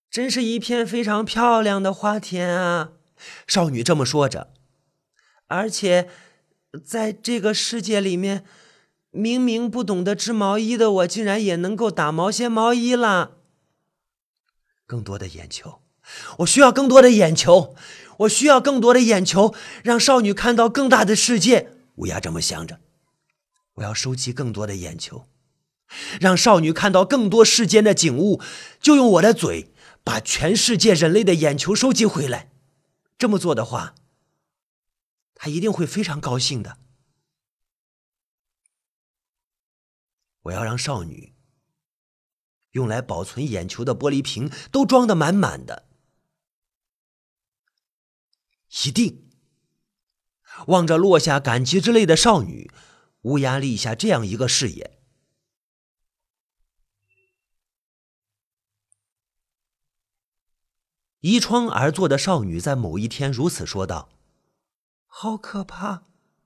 真是一片非常漂亮的花田啊！少女这么说着，而且在这个世界里面，明明不懂得织毛衣的我，竟然也能够打毛线毛衣了。更多的眼球，我需要更多的眼球，我需要更多的眼球，让少女看到更大的世界。乌鸦这么想着，我要收集更多的眼球，让少女看到更多世间的景物，就用我的嘴把全世界人类的眼球收集回来。这么做的话，她一定会非常高兴的。我要让少女用来保存眼球的玻璃瓶都装得满满的。一定。望着落下感激之泪的少女，乌鸦立下这样一个誓言。依窗而坐的少女在某一天如此说道：好可怕。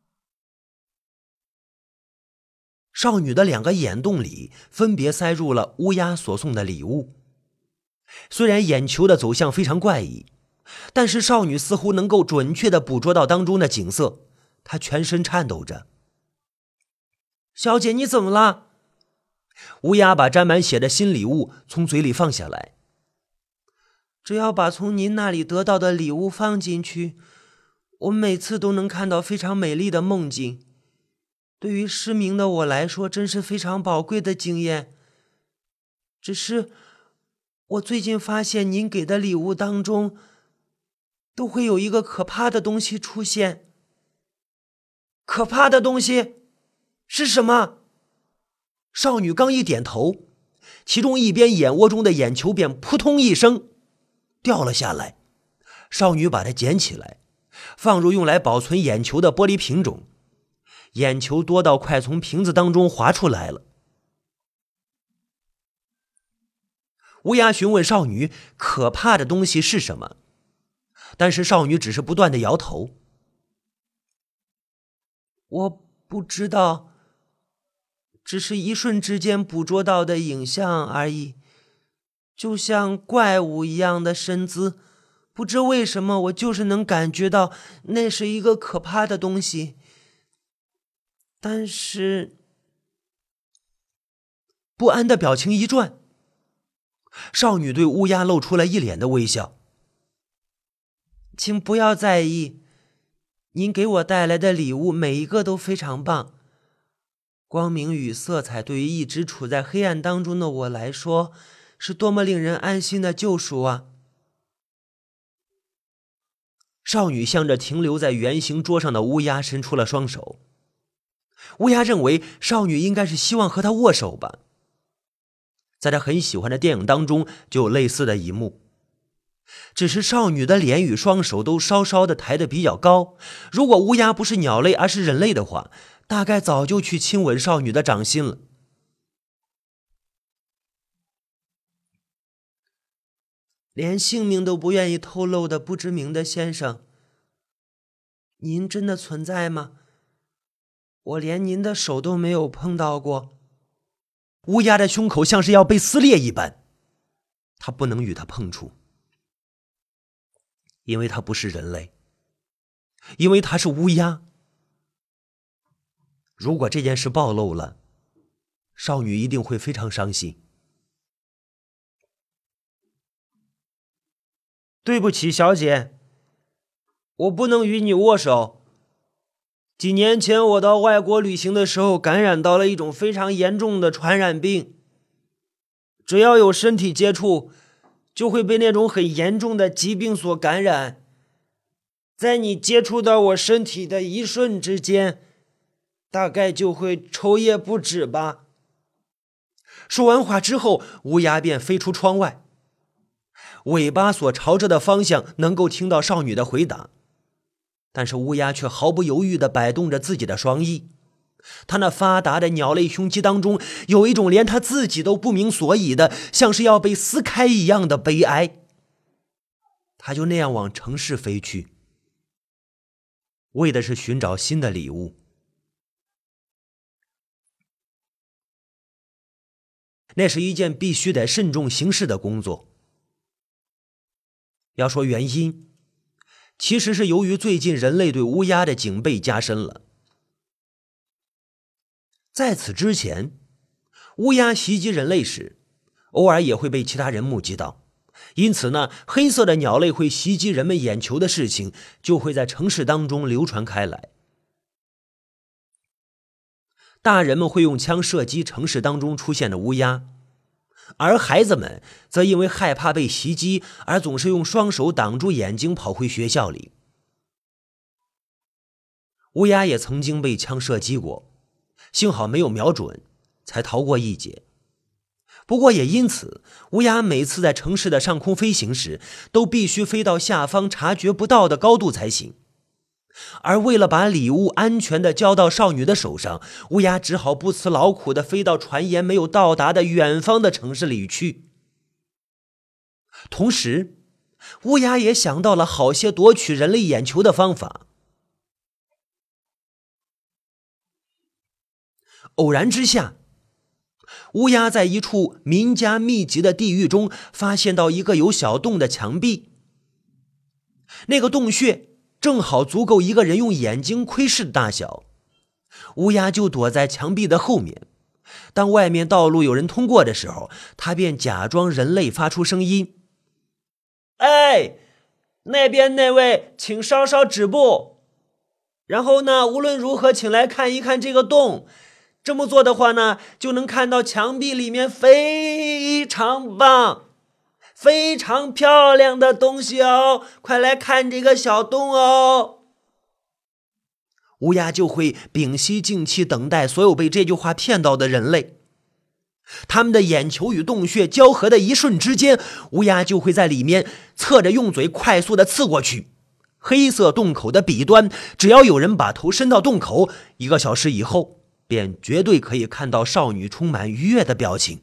少女的2个眼洞里分别塞入了乌鸦所送的礼物。虽然眼球的走向非常怪异，但是少女似乎能够准确地捕捉到当中的景色，她全身颤抖着。小姐，你怎么了？乌鸦把沾满血的新礼物从嘴里放下来。只要把从您那里得到的礼物放进去，我每次都能看到非常美丽的梦境。对于失明的我来说，真是非常宝贵的经验。只是我最近发现您给的礼物当中都会有一个可怕的东西出现。可怕的东西是什么？少女刚一点头，其中一边眼窝中的眼球便扑通一声掉了下来。少女把它捡起来，放入用来保存眼球的玻璃瓶中。眼球多到快从瓶子当中滑出来了。乌鸦询问少女可怕的东西是什么，但是少女只是不断地摇头。我不知道，只是一瞬之间捕捉到的影像而已，就像怪物一样的身姿，不知为什么我就是能感觉到那是一个可怕的东西。但是不安的表情一转，少女对乌鸦露出了一脸的微笑。请不要在意，您给我带来的礼物每一个都非常棒。光明与色彩对于一直处在黑暗当中的我来说，是多么令人安心的救赎啊！少女向着停留在圆形桌上的乌鸦伸出了双手。乌鸦认为少女应该是希望和她握手吧。在她很喜欢的电影当中就有类似的一幕，只是少女的脸与双手都稍稍的抬得比较高，如果乌鸦不是鸟类而是人类的话，大概早就去亲吻少女的掌心了。连姓名都不愿意透露的不知名的先生，您真的存在吗？我连您的手都没有碰到过。乌鸦的胸口像是要被撕裂一般，他不能与他碰触，因为他不是人类，因为他是乌鸦。如果这件事暴露了，少女一定会非常伤心。对不起，小姐，我不能与你握手。几年前我到外国旅行的时候，感染到了一种非常严重的传染病，只要有身体接触，就会被那种很严重的疾病所感染。在你接触到我身体的一瞬之间，大概就会抽噎不止吧。说完话之后，乌鸦便飞出窗外，尾巴所朝着的方向能够听到少女的回答。但是乌鸦却毫不犹豫地摆动着自己的双翼，它那发达的鸟类胸肌当中有一种连它自己都不明所以的，像是要被撕开一样的悲哀。它就那样往城市飞去，为的是寻找新的礼物。那是一件必须得慎重行事的工作。 要说原因，其实是由于最近人类对乌鸦的警备加深了。在此之前，乌鸦袭击人类时，偶尔也会被其他人目击到，因此呢，黑色的鸟类会袭击人们眼球的事情就会在城市当中流传开来。大人们会用枪射击城市当中出现的乌鸦，而孩子们则因为害怕被袭击而总是用双手挡住眼睛跑回学校里。乌鸦也曾经被枪射击过，幸好没有瞄准，才逃过一劫。不过也因此，乌鸦每次在城市的上空飞行时，都必须飞到下方察觉不到的高度才行。而为了把礼物安全地交到少女的手上，乌鸦只好不辞劳苦地飞到传言没有到达的远方的城市里去。同时，乌鸦也想到了好些夺取人类眼球的方法。偶然之下，乌鸦在一处民家密集的地域中发现到一个有小洞的墙壁，那个洞穴正好足够一个人用眼睛窥视的大小。乌鸦就躲在墙壁的后面，当外面道路有人通过的时候，他便假装人类发出声音：哎，那边那位请稍稍止步，然后呢，无论如何请来看一看这个洞，这么做的话呢，就能看到墙壁里面非常棒非常漂亮的东西哦，快来看这个小洞哦。乌鸦就会屏息静气等待所有被这句话骗到的人类，他们的眼球与洞穴交合的一瞬之间，乌鸦就会在里面侧着用嘴快速地刺过去。黑色洞口的彼端，只要有人把头伸到洞口，1个小时以后便绝对可以看到少女充满愉悦的表情。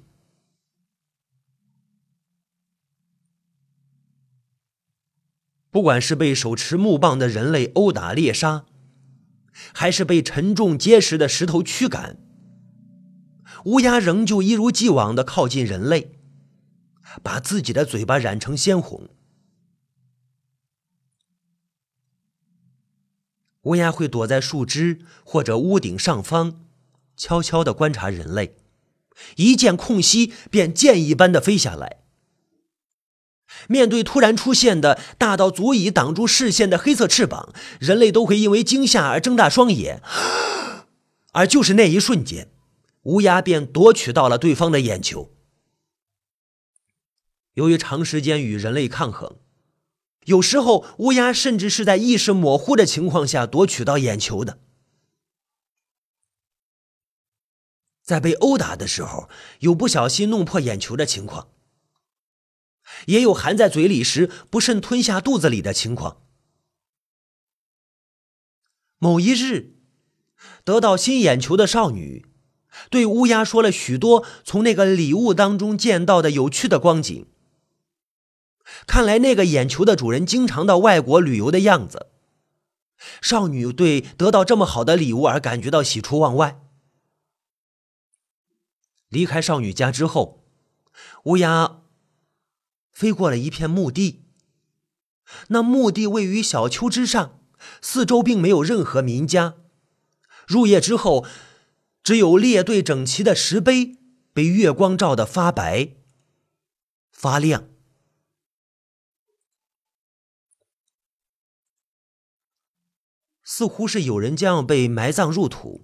不管是被手持木棒的人类殴打猎杀，还是被沉重结实的石头驱赶，乌鸦仍旧一如既往地靠近人类，把自己的嘴巴染成鲜红。乌鸦会躲在树枝或者屋顶上方，悄悄地观察人类，一见空隙便箭一般地飞下来。面对突然出现的大到足以挡住视线的黑色翅膀，人类都会因为惊吓而睁大双眼，而就是那一瞬间，乌鸦便夺取到了对方的眼球。由于长时间与人类抗衡，有时候乌鸦甚至是在意识模糊的情况下夺取到眼球的。在被殴打的时候，有不小心弄破眼球的情况，也有含在嘴里时不慎吞下肚子里的情况。某一日，得到新眼球的少女对乌鸦说了许多从那个礼物当中见到的有趣的光景。看来那个眼球的主人经常到外国旅游的样子。少女对得到这么好的礼物而感觉到喜出望外。离开少女家之后，乌鸦飞过了一片墓地。那墓地位于小丘之上，四周并没有任何民家。入夜之后，只有列队整齐的石碑被月光照得发白发亮。似乎是有人将要被埋葬入土。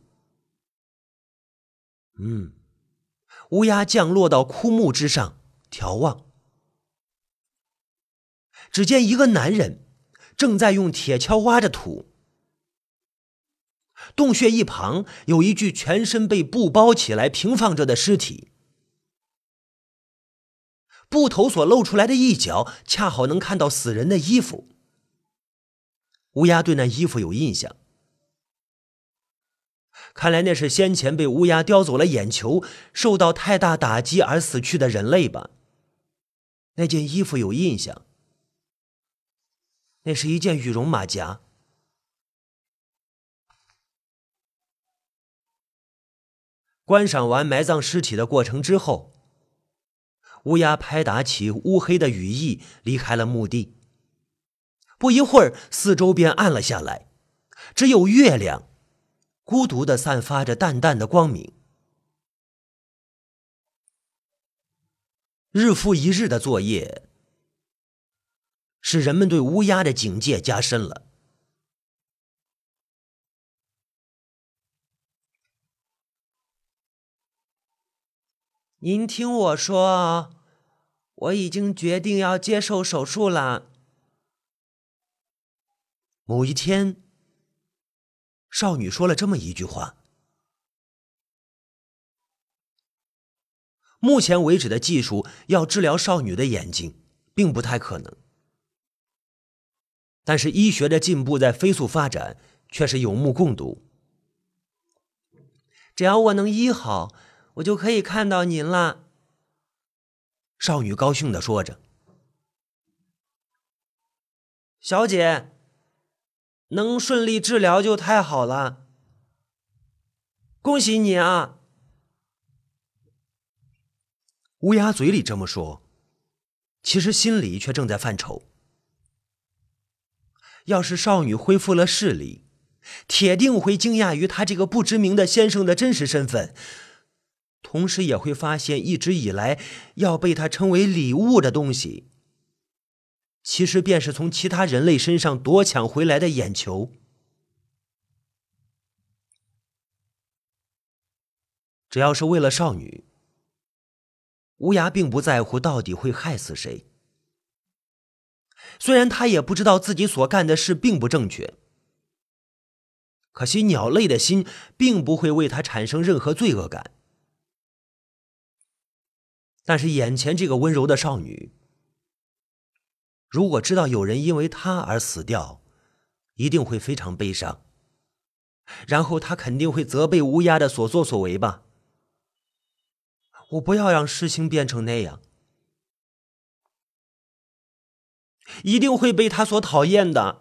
乌鸦降落到枯木之上，眺望，只见一个男人正在用铁锹挖着土。洞穴一旁有一具全身被布包起来平放着的尸体，布头所露出来的一角恰好能看到死人的衣服。乌鸦对那衣服有印象，看来那是先前被乌鸦叼走了眼球，受到太大打击而死去的人类吧。那件衣服有印象，那是一件羽绒马甲。观赏完埋葬尸体的过程之后，乌鸦拍打起乌黑的羽翼，离开了墓地， 不一会儿，四周便暗了下来，只有月亮孤独地散发着淡淡的光明。日复一日的作业，使人们对乌鸦的警戒加深了。您听我说，我已经决定要接受手术了。某一天，少女说了这么一句话。目前为止的技术要治疗少女的眼睛，并不太可能。但是医学的进步在飞速发展，却是有目共睹。只要我能医好，我就可以看到您了。少女高兴地说着。小姐，能顺利治疗就太好了，恭喜你啊！乌鸦嘴里这么说，其实心里却正在犯愁。要是少女恢复了视力，铁定会惊讶于她这个不知名的先生的真实身份，同时也会发现一直以来要被她称为礼物的东西，其实便是从其他人类身上夺抢回来的眼球。只要是为了少女，乌鸦并不在乎到底会害死谁。虽然他也不知道自己所干的事并不正确，可惜鸟类的心并不会为他产生任何罪恶感。但是眼前这个温柔的少女，如果知道有人因为她而死掉，一定会非常悲伤，然后她肯定会责备乌鸦的所作所为吧。我不要让事情变成那样，一定会被他所讨厌的，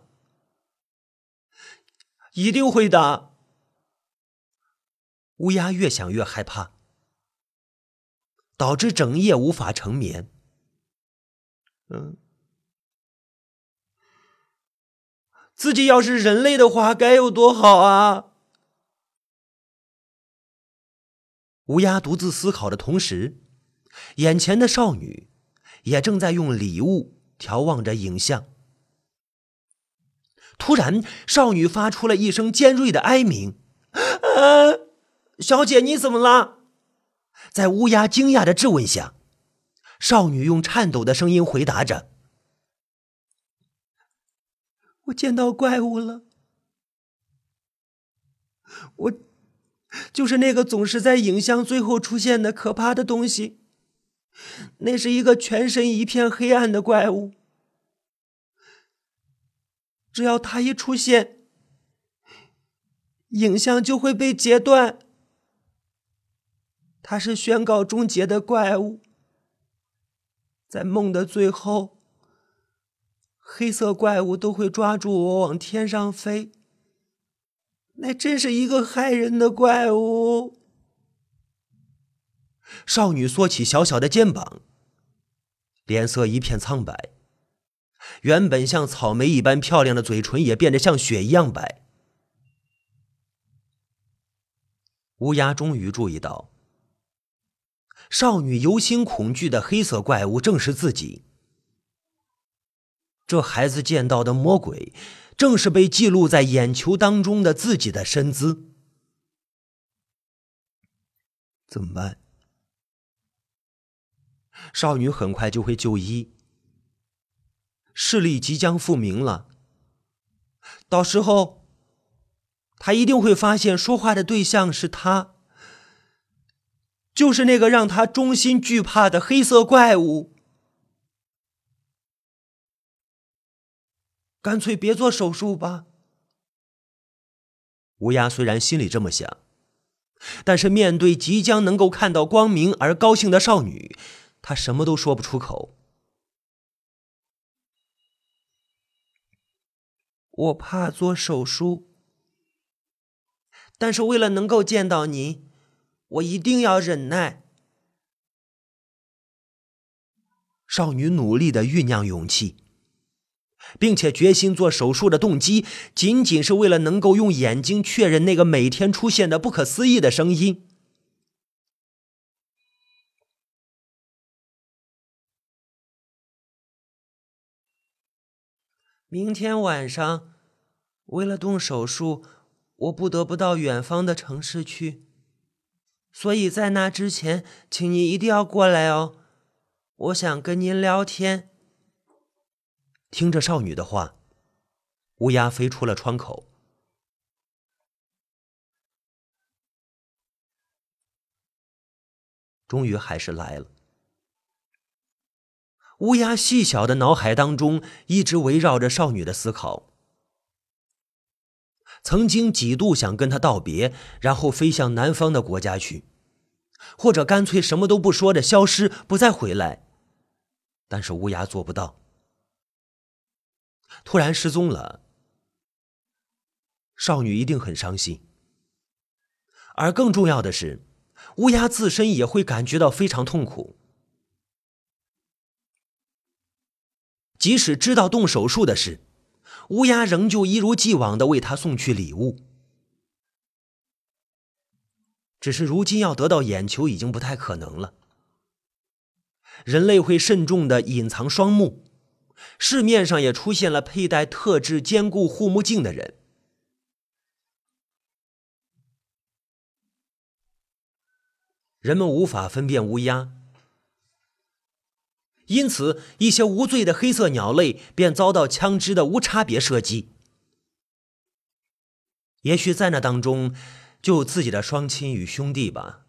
一定会的。乌鸦越想越害怕，导致整夜无法成眠。自己要是人类的话该有多好啊！乌鸦独自思考的同时，眼前的少女也正在用礼物调望着影像。突然，少女发出了一声尖锐的哀鸣：“小姐，你怎么了？”在乌鸦惊讶的质问下，少女用颤抖的声音回答着：“我见到怪物了，我就是那个总是在影像最后出现的可怕的东西。那是一个全身一片黑暗的怪物，只要它一出现，影像就会被截断。它是宣告终结的怪物。在梦的最后，黑色怪物都会抓住我往天上飞。那真是一个害人的怪物。”少女缩起小小的肩膀，脸色一片苍白，原本像草莓一般漂亮的嘴唇也变得像雪一样白。乌鸦终于注意到，少女由心恐惧的黑色怪物正是自己。这孩子见到的魔鬼，正是被记录在眼球当中的自己的身姿。怎么办？少女很快就会就医，视力即将复明了。到时候，她一定会发现说话的对象是他，就是那个让她衷心惧怕的黑色怪物。干脆别做手术吧。乌鸦虽然心里这么想，但是面对即将能够看到光明而高兴的少女，他什么都说不出口。我怕做手术，但是为了能够见到您，我一定要忍耐。少女努力地酝酿勇气， 并且决心做手术的动机，仅仅是为了能够用眼睛确认那个每天出现的不可思议的声音。明天晚上，为了动手术，我不得不到远方的城市去，所以在那之前，请你一定要过来哦，我想跟您聊天。听着少女的话，乌鸦飞出了窗口。终于还是来了。乌鸦细小的脑海当中一直围绕着少女的思考，曾经几度想跟她道别，然后飞向南方的国家去，或者干脆什么都不说的消失，不再回来。但是乌鸦做不到，突然失踪了，少女一定很伤心。而更重要的是，乌鸦自身也会感觉到非常痛苦。即使知道动手术的事，乌鸦仍旧一如既往地为他送去礼物。只是如今要得到眼球已经不太可能了。人类会慎重地隐藏双目，市面上也出现了佩戴特制坚固护目镜的人。人们无法分辨乌鸦，因此一些无罪的黑色鸟类便遭到枪支的无差别射击。也许在那当中就有自己的双亲与兄弟吧。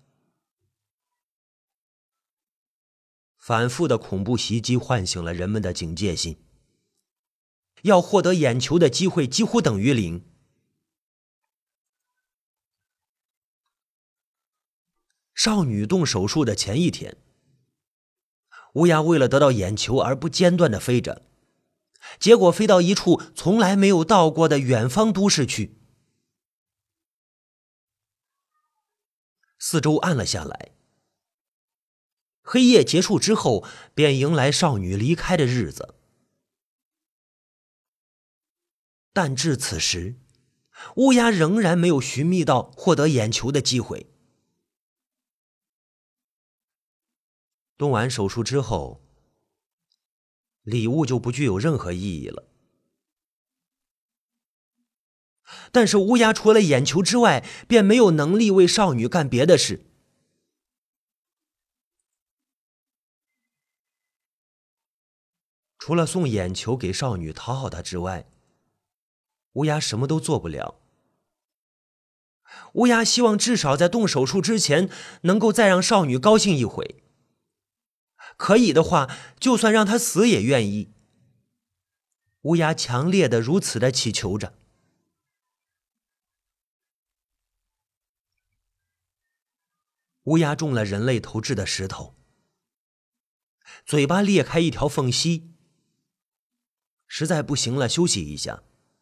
反复的恐怖袭击唤醒了人们的警戒心，要获得眼球的机会几乎等于零。少女动手术的前一天，乌鸦为了得到眼球而不间断地飞着，结果飞到一处从来没有到过的远方都市去。四周暗了下来，黑夜结束之后，便迎来少女离开的日子。但至此时，乌鸦仍然没有寻觅到获得眼球的机会。动完手术之后，礼物就不具有任何意义了。但是乌鸦除了眼球之外，便没有能力为少女干别的事。除了送眼球给少女讨好她之外，乌鸦什么都做不了。乌鸦希望至少在动手术之前，能够再让少女高兴一回。可以的话，就算让她死也愿意。乌鸦强烈的如此的祈求着。乌鸦中了人类投掷的石头，嘴巴裂开一条缝隙，实在不行了休息一下，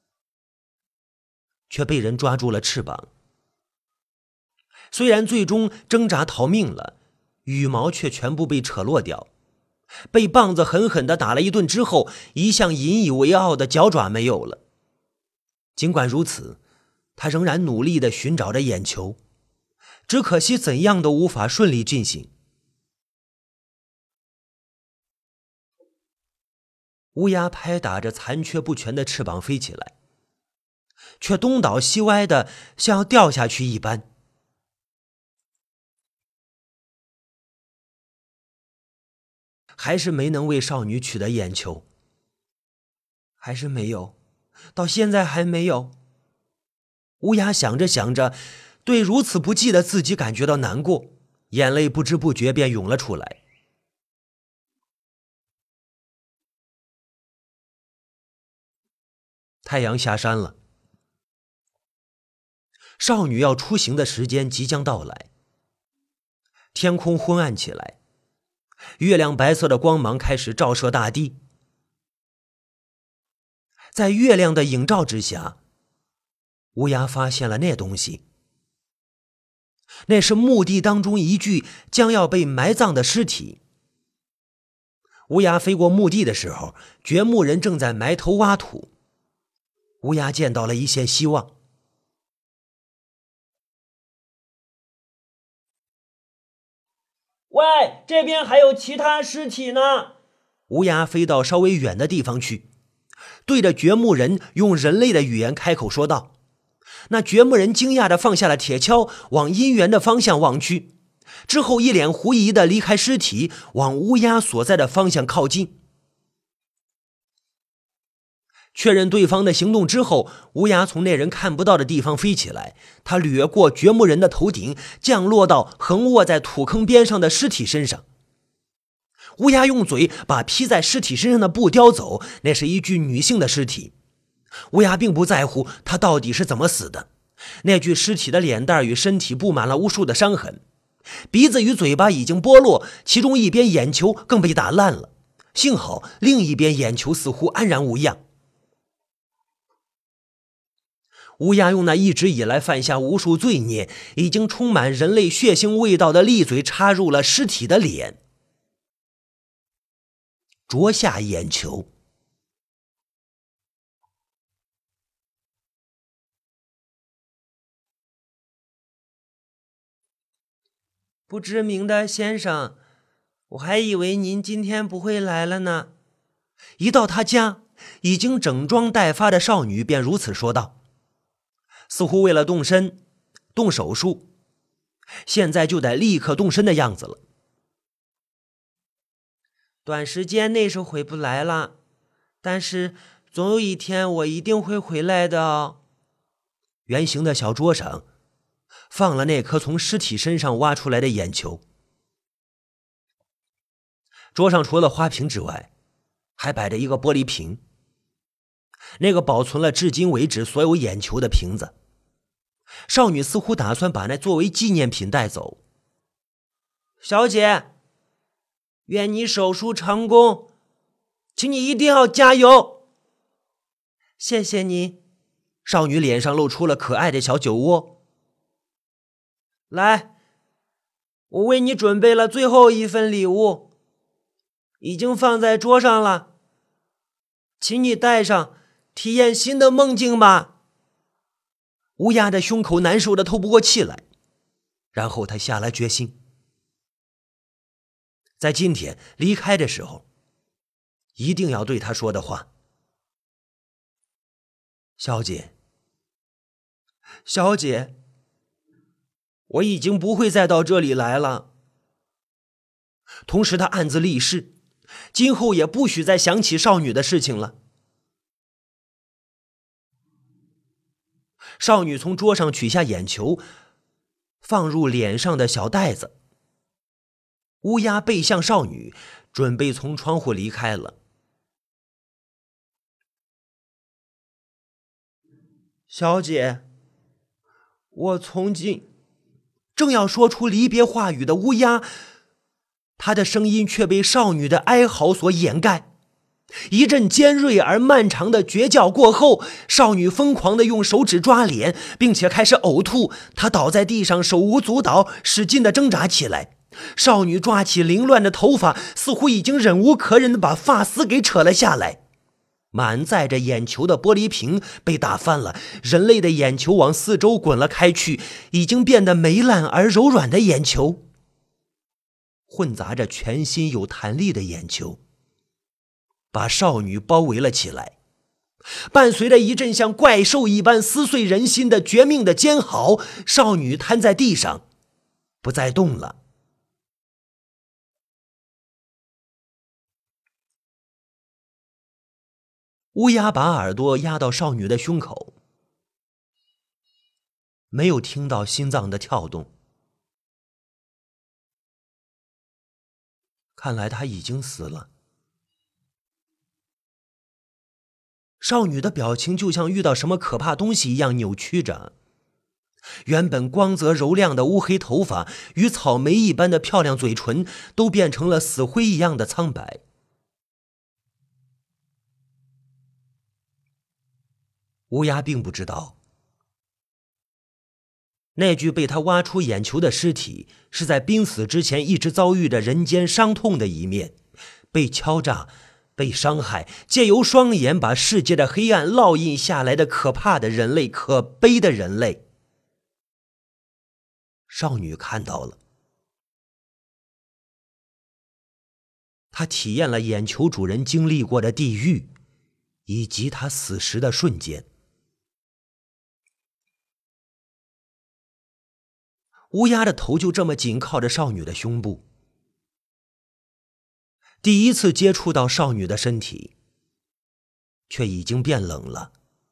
却被人抓住了翅膀。虽然最终挣扎逃命了，羽毛却全部被扯落掉，被棒子狠狠地打了一顿之后，一向引以为傲的脚爪没有了。尽管如此，他仍然努力地寻找着眼球，只可惜怎样都无法顺利进行。乌鸦拍打着残缺不全的翅膀飞起来，却东倒西歪的像要掉下去一般。还是没能为少女取得眼球，还是没有，到现在还没有。乌鸦想着想着，对如此不济的自己感觉到难过，眼泪不知不觉便涌了出来。太阳下山了，少女要出行的时间即将到来。天空昏暗起来，月亮白色的光芒开始照射大地。在月亮的映照之下，乌鸦发现了那东西，那是墓地当中一具将要被埋葬的尸体。 乌鸦飞过墓地的时候，掘墓人正在埋头挖土。乌鸦见到了一线希望。 喂，这边还有其他尸体呢。 乌鸦飞到稍微远的地方去，对着掘墓人用人类的语言开口说道。那掘墓人惊讶地放下了铁锹，往阴源的方向望去，之后一脸狐疑地离开尸体，往乌鸦所在的方向靠近。确认对方的行动之后，乌鸦从那人看不到的地方飞起来，它掠过掘墓人的头顶，降落到横卧在土坑边上的尸体身上。乌鸦用嘴把披在尸体身上的布叼走，那是一具女性的尸体。乌鸦并不在乎她到底是怎么死的，那具尸体的脸蛋与身体布满了无数的伤痕，鼻子与嘴巴已经剥落，其中一边眼球更被打烂了，幸好另一边眼球似乎安然无恙。乌鸦用那一直以来犯下无数罪孽、已经充满人类血腥味道的利嘴插入了尸体的脸，啄下眼球。 不知名的先生，我还以为您今天不会来了呢。 一到他家，已经整装待发的少女便如此说道，似乎为了动身、动手术，现在就得立刻动身的样子了。 短时间内是回不来了，但是总有一天我一定会回来的哦。 圆形的小桌上放了那颗从尸体身上挖出来的眼球。桌上除了花瓶之外，还摆着一个玻璃瓶，那个保存了至今为止所有眼球的瓶子。少女似乎打算把那作为纪念品带走。 小姐，愿你手术成功，请你一定要加油。谢谢你。 少女脸上露出了可爱的小酒窝。 来，我为你准备了最后一份礼物，已经放在桌上了，请你带上，体验新的梦境吧。 乌鸦的胸口难受的透不过气来，然后他下了决心，在今天离开的时候，一定要对他说的话。小姐，小姐，我已经不会再到这里来了。同时他暗自立誓，今后也不许再想起少女的事情了。少女从桌上取下眼球，放入脸上的小袋子。乌鸦背向少女，准备从窗户离开了。 小姐，我从今…… 正要说出离别话语的乌鸦，她的声音却被少女的哀嚎所掩盖。一阵尖锐而漫长的绝叫过后，少女疯狂地用手指抓脸，并且开始呕吐。她倒在地上，手舞足蹈，使劲地挣扎起来。少女抓起凌乱的头发，似乎已经忍无可忍地把发丝给扯了下来。满载着眼球的玻璃瓶被打翻了，人类的眼球往四周滚了开去，已经变得霉烂而柔软的眼球，混杂着全新有弹力的眼球，把少女包围了起来。伴随着一阵像怪兽一般撕碎人心的绝命的尖嚎，少女瘫在地上，不再动了。乌鸦把耳朵压到少女的胸口，没有听到心脏的跳动。看来她已经死了。少女的表情就像遇到什么可怕东西一样扭曲着，原本光泽柔亮的乌黑头发与草莓一般的漂亮嘴唇都变成了死灰一样的苍白。乌鸦并不知道，那具被他挖出眼球的尸体是在濒死之前一直遭遇着人间伤痛的一面， 被敲诈、被伤害，借由双眼把世界的黑暗烙印下来的可怕的人类，可悲的人类。少女看到了，她体验了眼球主人经历过的地狱，以及他死时的瞬间。乌鸦的头就这么紧靠着少女的胸部，第一次接触到少女的身体，却已经变冷了。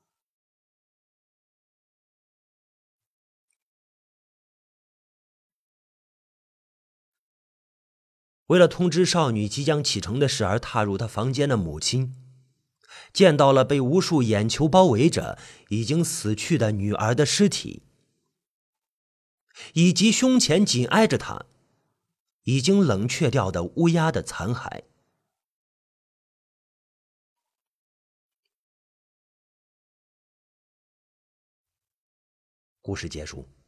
为了通知少女即将启程的事而踏入她房间的母亲，见到了被无数眼球包围着已经死去的女儿的尸体，以及胸前紧挨着她已经冷却掉的乌鸦的残骸。故事结束。